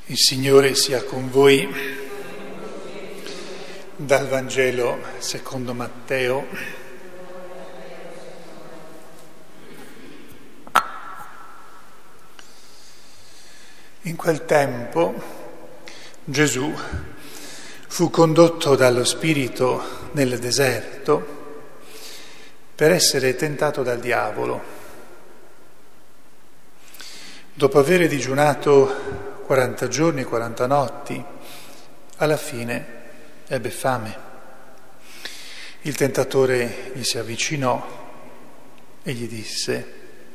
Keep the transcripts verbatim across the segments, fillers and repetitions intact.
Il Signore sia con voi. Dal Vangelo secondo Matteo. In quel tempo Gesù fu condotto dallo Spirito nel deserto per essere tentato dal diavolo. Dopo aver digiunato quaranta giorni e quaranta notti, alla fine ebbe fame. Il tentatore gli si avvicinò e gli disse: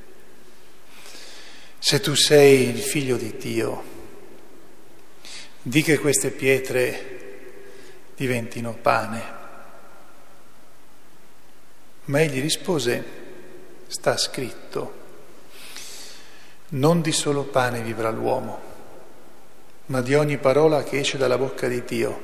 se tu sei il figlio di Dio, di che queste pietre diventino pane. Ma egli rispose: sta scritto, non di solo pane vivrà l'uomo, ma di ogni parola che esce dalla bocca di Dio.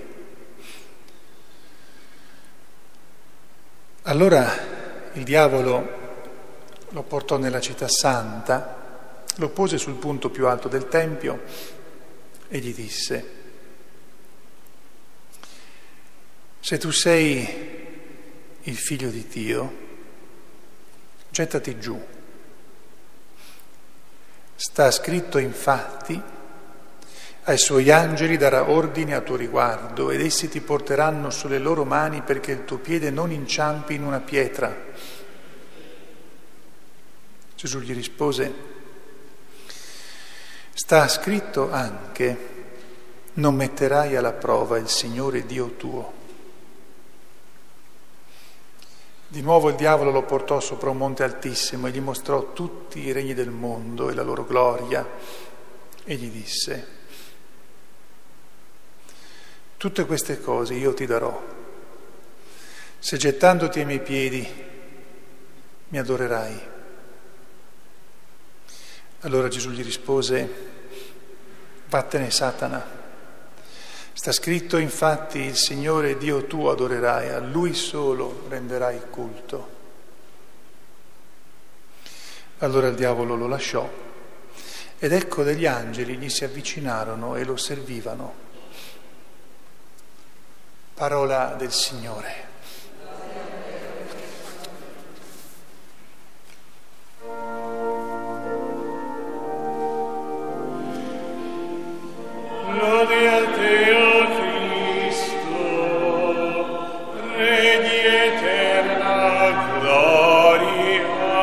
Allora il diavolo lo portò nella città santa, lo pose sul punto più alto del tempio e gli disse: se tu sei il figlio di Dio, gettati giù. Sta scritto infatti: ai suoi angeli darà ordine a tuo riguardo ed essi ti porteranno sulle loro mani perché il tuo piede non inciampi in una pietra. Gesù gli rispose: sta scritto anche: non metterai alla prova il Signore Dio tuo. Di nuovo il diavolo lo portò sopra un monte altissimo e gli mostrò tutti i regni del mondo e la loro gloria e gli disse: tutte queste cose io ti darò, se gettandoti ai miei piedi mi adorerai. Allora Gesù gli rispose: vattene Satana, sta scritto infatti il Signore Dio tuo adorerai, a Lui solo renderai culto. Allora il diavolo lo lasciò ed ecco degli angeli gli si avvicinarono e lo servivano. Parola del Signore. Lode a te, o Cristo, Re di eterna gloria.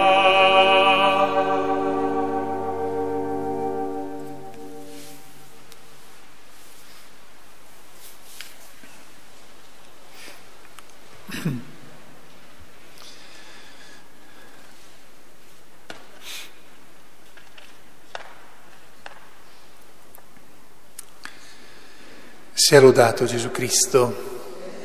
Sia lodato Gesù Cristo.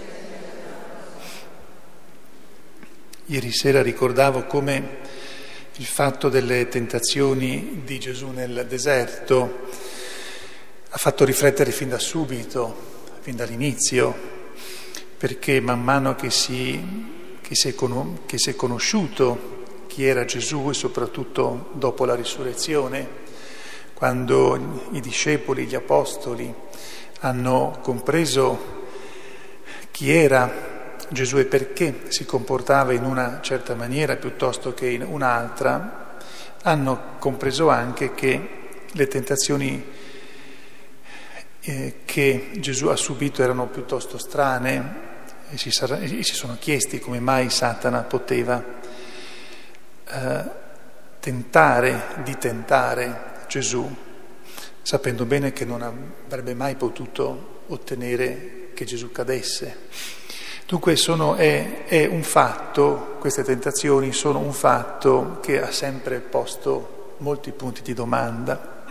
Ieri sera ricordavo come il fatto delle tentazioni di Gesù nel deserto ha fatto riflettere fin da subito, fin dall'inizio, perché man mano che si, che si, è, con, che si è conosciuto chi era Gesù e soprattutto dopo la risurrezione, quando i discepoli, gli apostoli hanno compreso chi era Gesù e perché si comportava in una certa maniera piuttosto che in un'altra, hanno compreso anche che le tentazioni eh, che Gesù ha subito erano piuttosto strane e si, sarà, e si sono chiesti come mai Satana poteva eh, tentare di tentare Gesù, sapendo bene che non avrebbe mai potuto ottenere che Gesù cadesse. Dunque sono, è, è un fatto, queste tentazioni sono un fatto che ha sempre posto molti punti di domanda.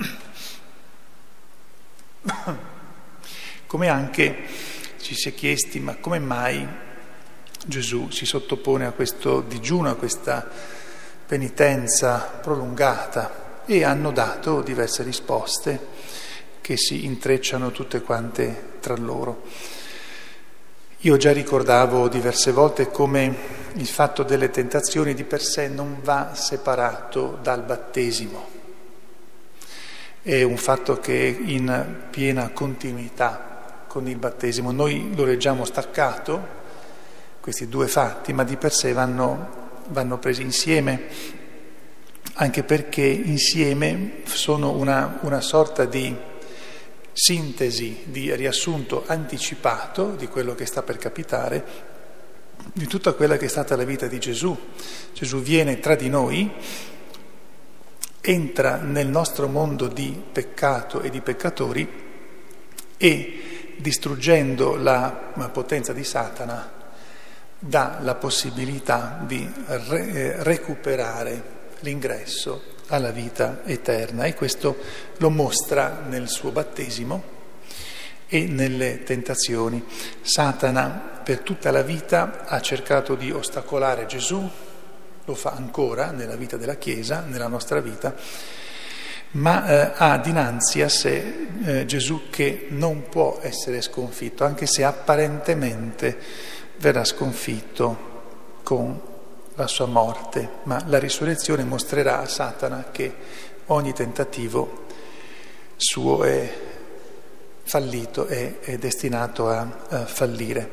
Come anche ci si è chiesti: ma come mai Gesù si sottopone a questo digiuno, a questa penitenza prolungata? E hanno dato diverse risposte che si intrecciano tutte quante tra loro. Io già ricordavo diverse volte come il fatto delle tentazioni di per sé non va separato dal battesimo. è un fatto che è in piena continuità con il battesimo. Noi lo leggiamo staccato, questi due fatti, ma di per sé vanno, vanno presi insieme, anche perché insieme sono una, una sorta di sintesi, di riassunto anticipato di quello che sta per capitare, di tutta quella che è stata la vita di Gesù. Gesù viene tra di noi, entra nel nostro mondo di peccato e di peccatori e, distruggendo la potenza di Satana, dà la possibilità di re- recuperare l'ingresso alla vita eterna, e questo lo mostra nel suo battesimo e nelle tentazioni. Satana per tutta la vita ha cercato di ostacolare Gesù, lo fa ancora nella vita della Chiesa, nella nostra vita, ma eh, ha dinanzi a sé eh, Gesù che non può essere sconfitto, anche se apparentemente verrà sconfitto con la sua morte, ma la risurrezione mostrerà a Satana che ogni tentativo suo è fallito, è, è destinato a, a fallire.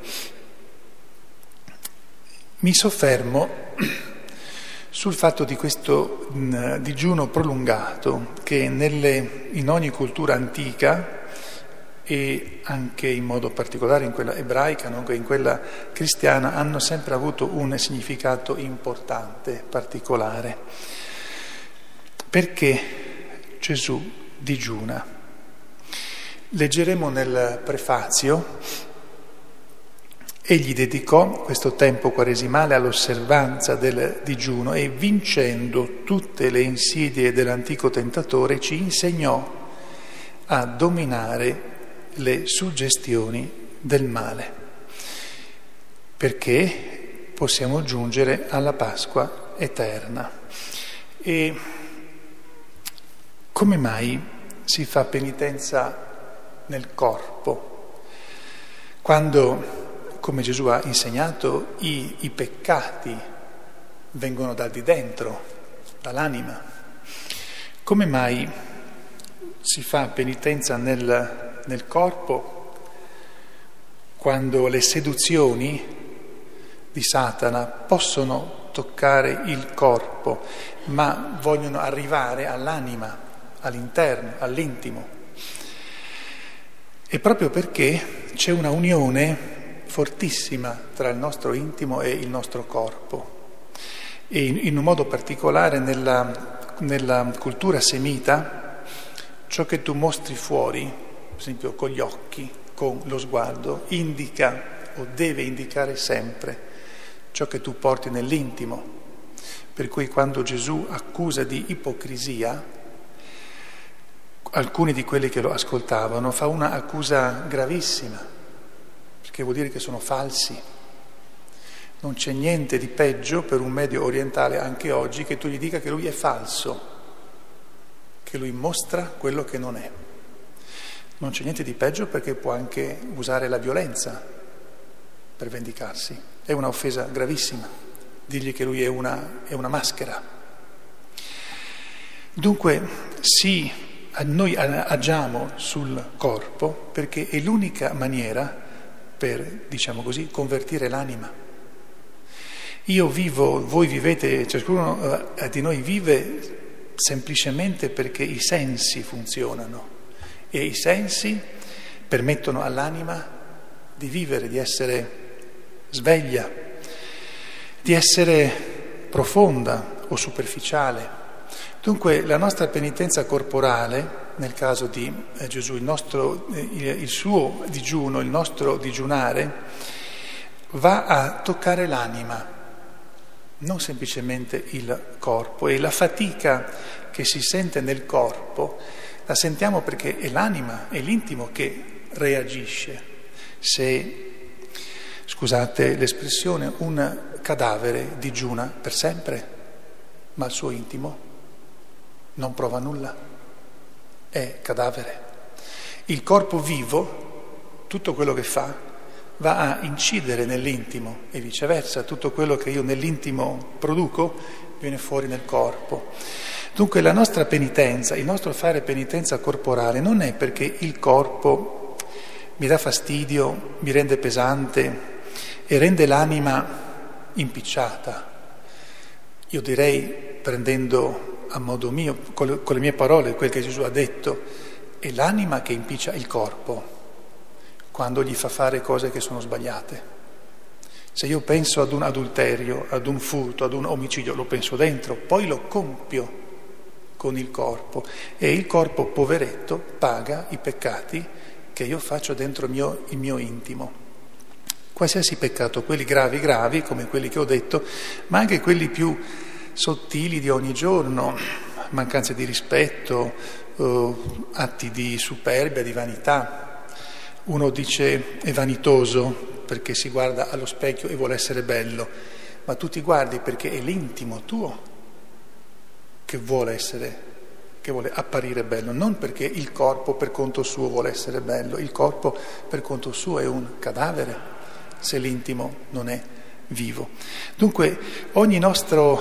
Mi soffermo sul fatto di questo mh, digiuno prolungato che nelle, in ogni cultura antica, e anche in modo particolare in quella ebraica, nonché in quella cristiana, hanno sempre avuto un significato importante, particolare. Perché Gesù digiuna? Leggeremo nel prefazio: egli dedicò questo tempo quaresimale all'osservanza del digiuno e, vincendo tutte le insidie dell'antico tentatore, ci insegnò a dominare le suggestioni del male, perché possiamo giungere alla Pasqua eterna. E come mai si fa penitenza nel corpo? Quando, come Gesù ha insegnato, i, i peccati vengono dal di dentro, dall'anima. Come mai si fa penitenza nel nel corpo quando le seduzioni di Satana possono toccare il corpo, ma vogliono arrivare all'anima, all'interno, all'intimo? E proprio perché c'è una unione fortissima tra il nostro intimo e il nostro corpo. E in, in un modo particolare nella, nella cultura semita, ciò che tu mostri fuori, per esempio con gli occhi, con lo sguardo, indica o deve indicare sempre ciò che tu porti nell'intimo. Per cui quando Gesù accusa di ipocrisia alcuni di quelli che lo ascoltavano, fa una accusa gravissima, perché vuol dire che sono falsi. Non c'è niente di peggio per un medio orientale anche oggi che tu gli dica che lui è falso, che lui mostra quello che non è. Non c'è niente di peggio perché può anche usare la violenza per vendicarsi. È una offesa gravissima dirgli che lui è una, è una maschera. Dunque sì, noi agiamo sul corpo perché è l'unica maniera per, diciamo così, convertire l'anima. Io vivo, voi vivete, ciascuno di noi vive semplicemente perché i sensi funzionano. E i sensi permettono all'anima di vivere, di essere sveglia, di essere profonda o superficiale. Dunque la nostra penitenza corporale, nel caso di eh, Gesù, il, nostro, eh, il suo digiuno, il nostro digiunare, va a toccare l'anima, non semplicemente il corpo. E la fatica che si sente nel corpo la sentiamo perché è l'anima, è l'intimo che reagisce. Se, scusate l'espressione, un cadavere digiuna per sempre, ma il suo intimo non prova nulla, è cadavere. Il corpo vivo, tutto quello che fa, va a incidere nell'intimo e viceversa, tutto quello che io nell'intimo produco viene fuori nel corpo. Dunque la nostra penitenza, il nostro fare penitenza corporale non è perché il corpo mi dà fastidio, mi rende pesante e rende l'anima impicciata. Io direi, prendendo a modo mio, con le, con le mie parole, quel che Gesù ha detto, è l'anima che impiccia il corpo quando gli fa fare cose che sono sbagliate. Se io penso ad un adulterio, ad un furto, ad un omicidio, lo penso dentro, poi lo compio con il corpo e il corpo, poveretto, paga i peccati che io faccio dentro il mio, il mio intimo. Qualsiasi peccato, quelli gravi gravi, come quelli che ho detto, ma anche quelli più sottili di ogni giorno, mancanze di rispetto, eh, atti di superbia, di vanità. Uno dice è vanitoso perché si guarda allo specchio e vuole essere bello, ma tu ti guardi perché è l'intimo tuo che vuole essere, che vuole apparire bello, non perché il corpo per conto suo vuole essere bello. Il corpo per conto suo è un cadavere se l'intimo non è vivo. Dunque ogni nostro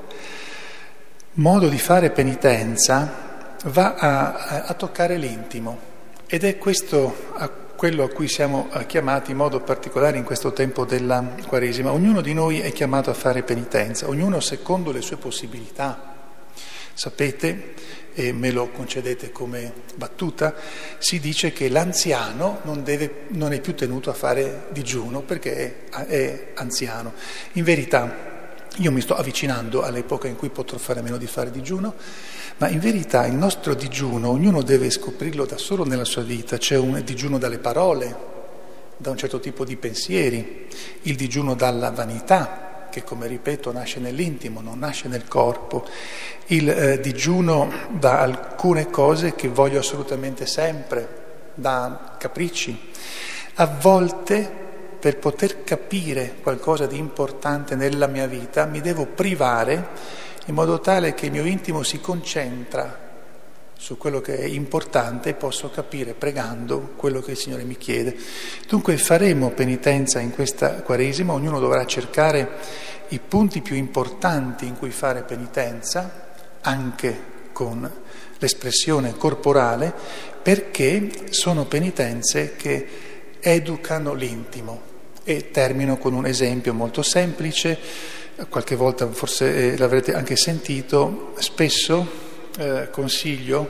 modo di fare penitenza va a, a toccare l'intimo ed è questo a quello a cui siamo chiamati in modo particolare in questo tempo della Quaresima. Ognuno di noi è chiamato a fare penitenza, ognuno secondo le sue possibilità. Sapete, e me lo concedete come battuta, si dice che l'anziano non, deve, non è più tenuto a fare digiuno perché è, è anziano. In verità, io mi sto avvicinando all'epoca in cui potrò fare meno di fare digiuno, ma in verità il nostro digiuno, ognuno deve scoprirlo da solo nella sua vita. C'è un digiuno dalle parole, da un certo tipo di pensieri, il digiuno dalla vanità, che come ripeto nasce nell'intimo, non nasce nel corpo, il eh, digiuno da alcune cose che voglio assolutamente sempre, da capricci. A volte, per poter capire qualcosa di importante nella mia vita, mi devo privare in modo tale che il mio intimo si concentra su quello che è importante e posso capire pregando quello che il Signore mi chiede. Dunque faremo penitenza in questa Quaresima, ognuno dovrà cercare i punti più importanti in cui fare penitenza, anche con l'espressione corporale, perché sono penitenze che educano l'intimo. E termino con un esempio molto semplice, qualche volta forse eh, l'avrete anche sentito, spesso eh, consiglio,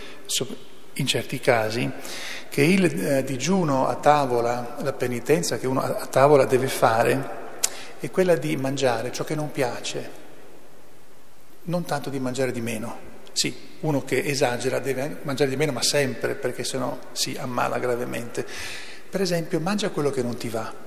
in certi casi, che il eh, digiuno a tavola, la penitenza che uno a, a tavola deve fare, è quella di mangiare ciò che non piace, non tanto di mangiare di meno. Sì, uno che esagera deve mangiare di meno, ma sempre, perché sennò si ammala gravemente. Per esempio, mangia quello che non ti va.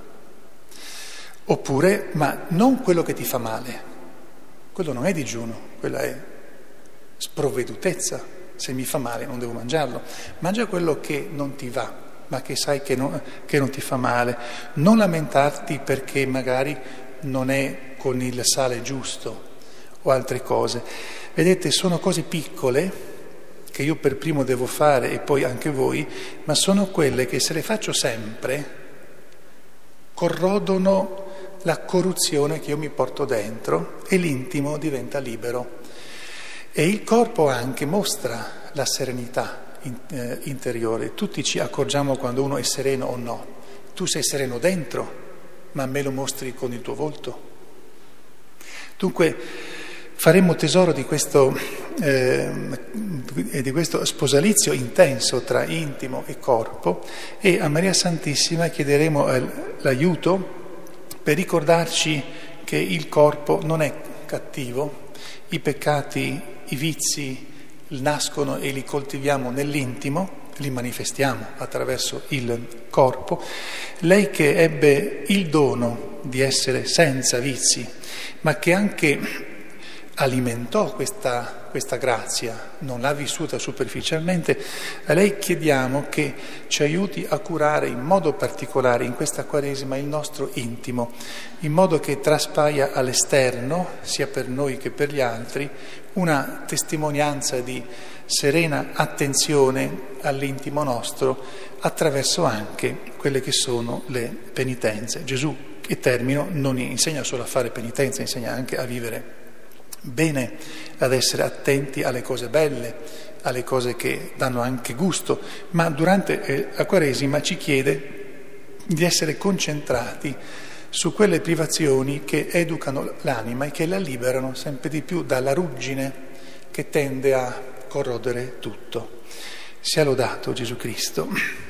Oppure, ma non quello che ti fa male. Quello non è digiuno, quella è sprovvedutezza. Se mi fa male non devo mangiarlo. Mangia quello che non ti va, ma che sai che non, che non ti fa male. Non lamentarti perché magari non è con il sale giusto o altre cose. Vedete, sono cose piccole che io per primo devo fare e poi anche voi, ma sono quelle che se le faccio sempre corrodono la corruzione che io mi porto dentro e l'intimo diventa libero. E il corpo anche mostra la serenità in, eh, interiore. Tutti ci accorgiamo quando uno è sereno o no. Tu sei sereno dentro, ma me lo mostri con il tuo volto. Dunque faremo tesoro di questo, eh, di questo sposalizio intenso tra intimo e corpo e a Maria Santissima chiederemo eh, l'aiuto per ricordarci che il corpo non è cattivo, i peccati, i vizi nascono e li coltiviamo nell'intimo, li manifestiamo attraverso il corpo. Lei che ebbe il dono di essere senza vizi, ma che anche alimentò questa, questa grazia, non l'ha vissuta superficialmente, a lei chiediamo che ci aiuti a curare in modo particolare in questa Quaresima il nostro intimo, in modo che traspaia all'esterno, sia per noi che per gli altri, una testimonianza di serena attenzione all'intimo nostro attraverso anche quelle che sono le penitenze. Gesù, e termino, non insegna solo a fare penitenza, insegna anche a vivere Bene ad essere attenti alle cose belle, alle cose che danno anche gusto, ma durante la Quaresima ci chiede di essere concentrati su quelle privazioni che educano l'anima e che la liberano sempre di più dalla ruggine che tende a corrodere tutto. Sia lodato Gesù Cristo.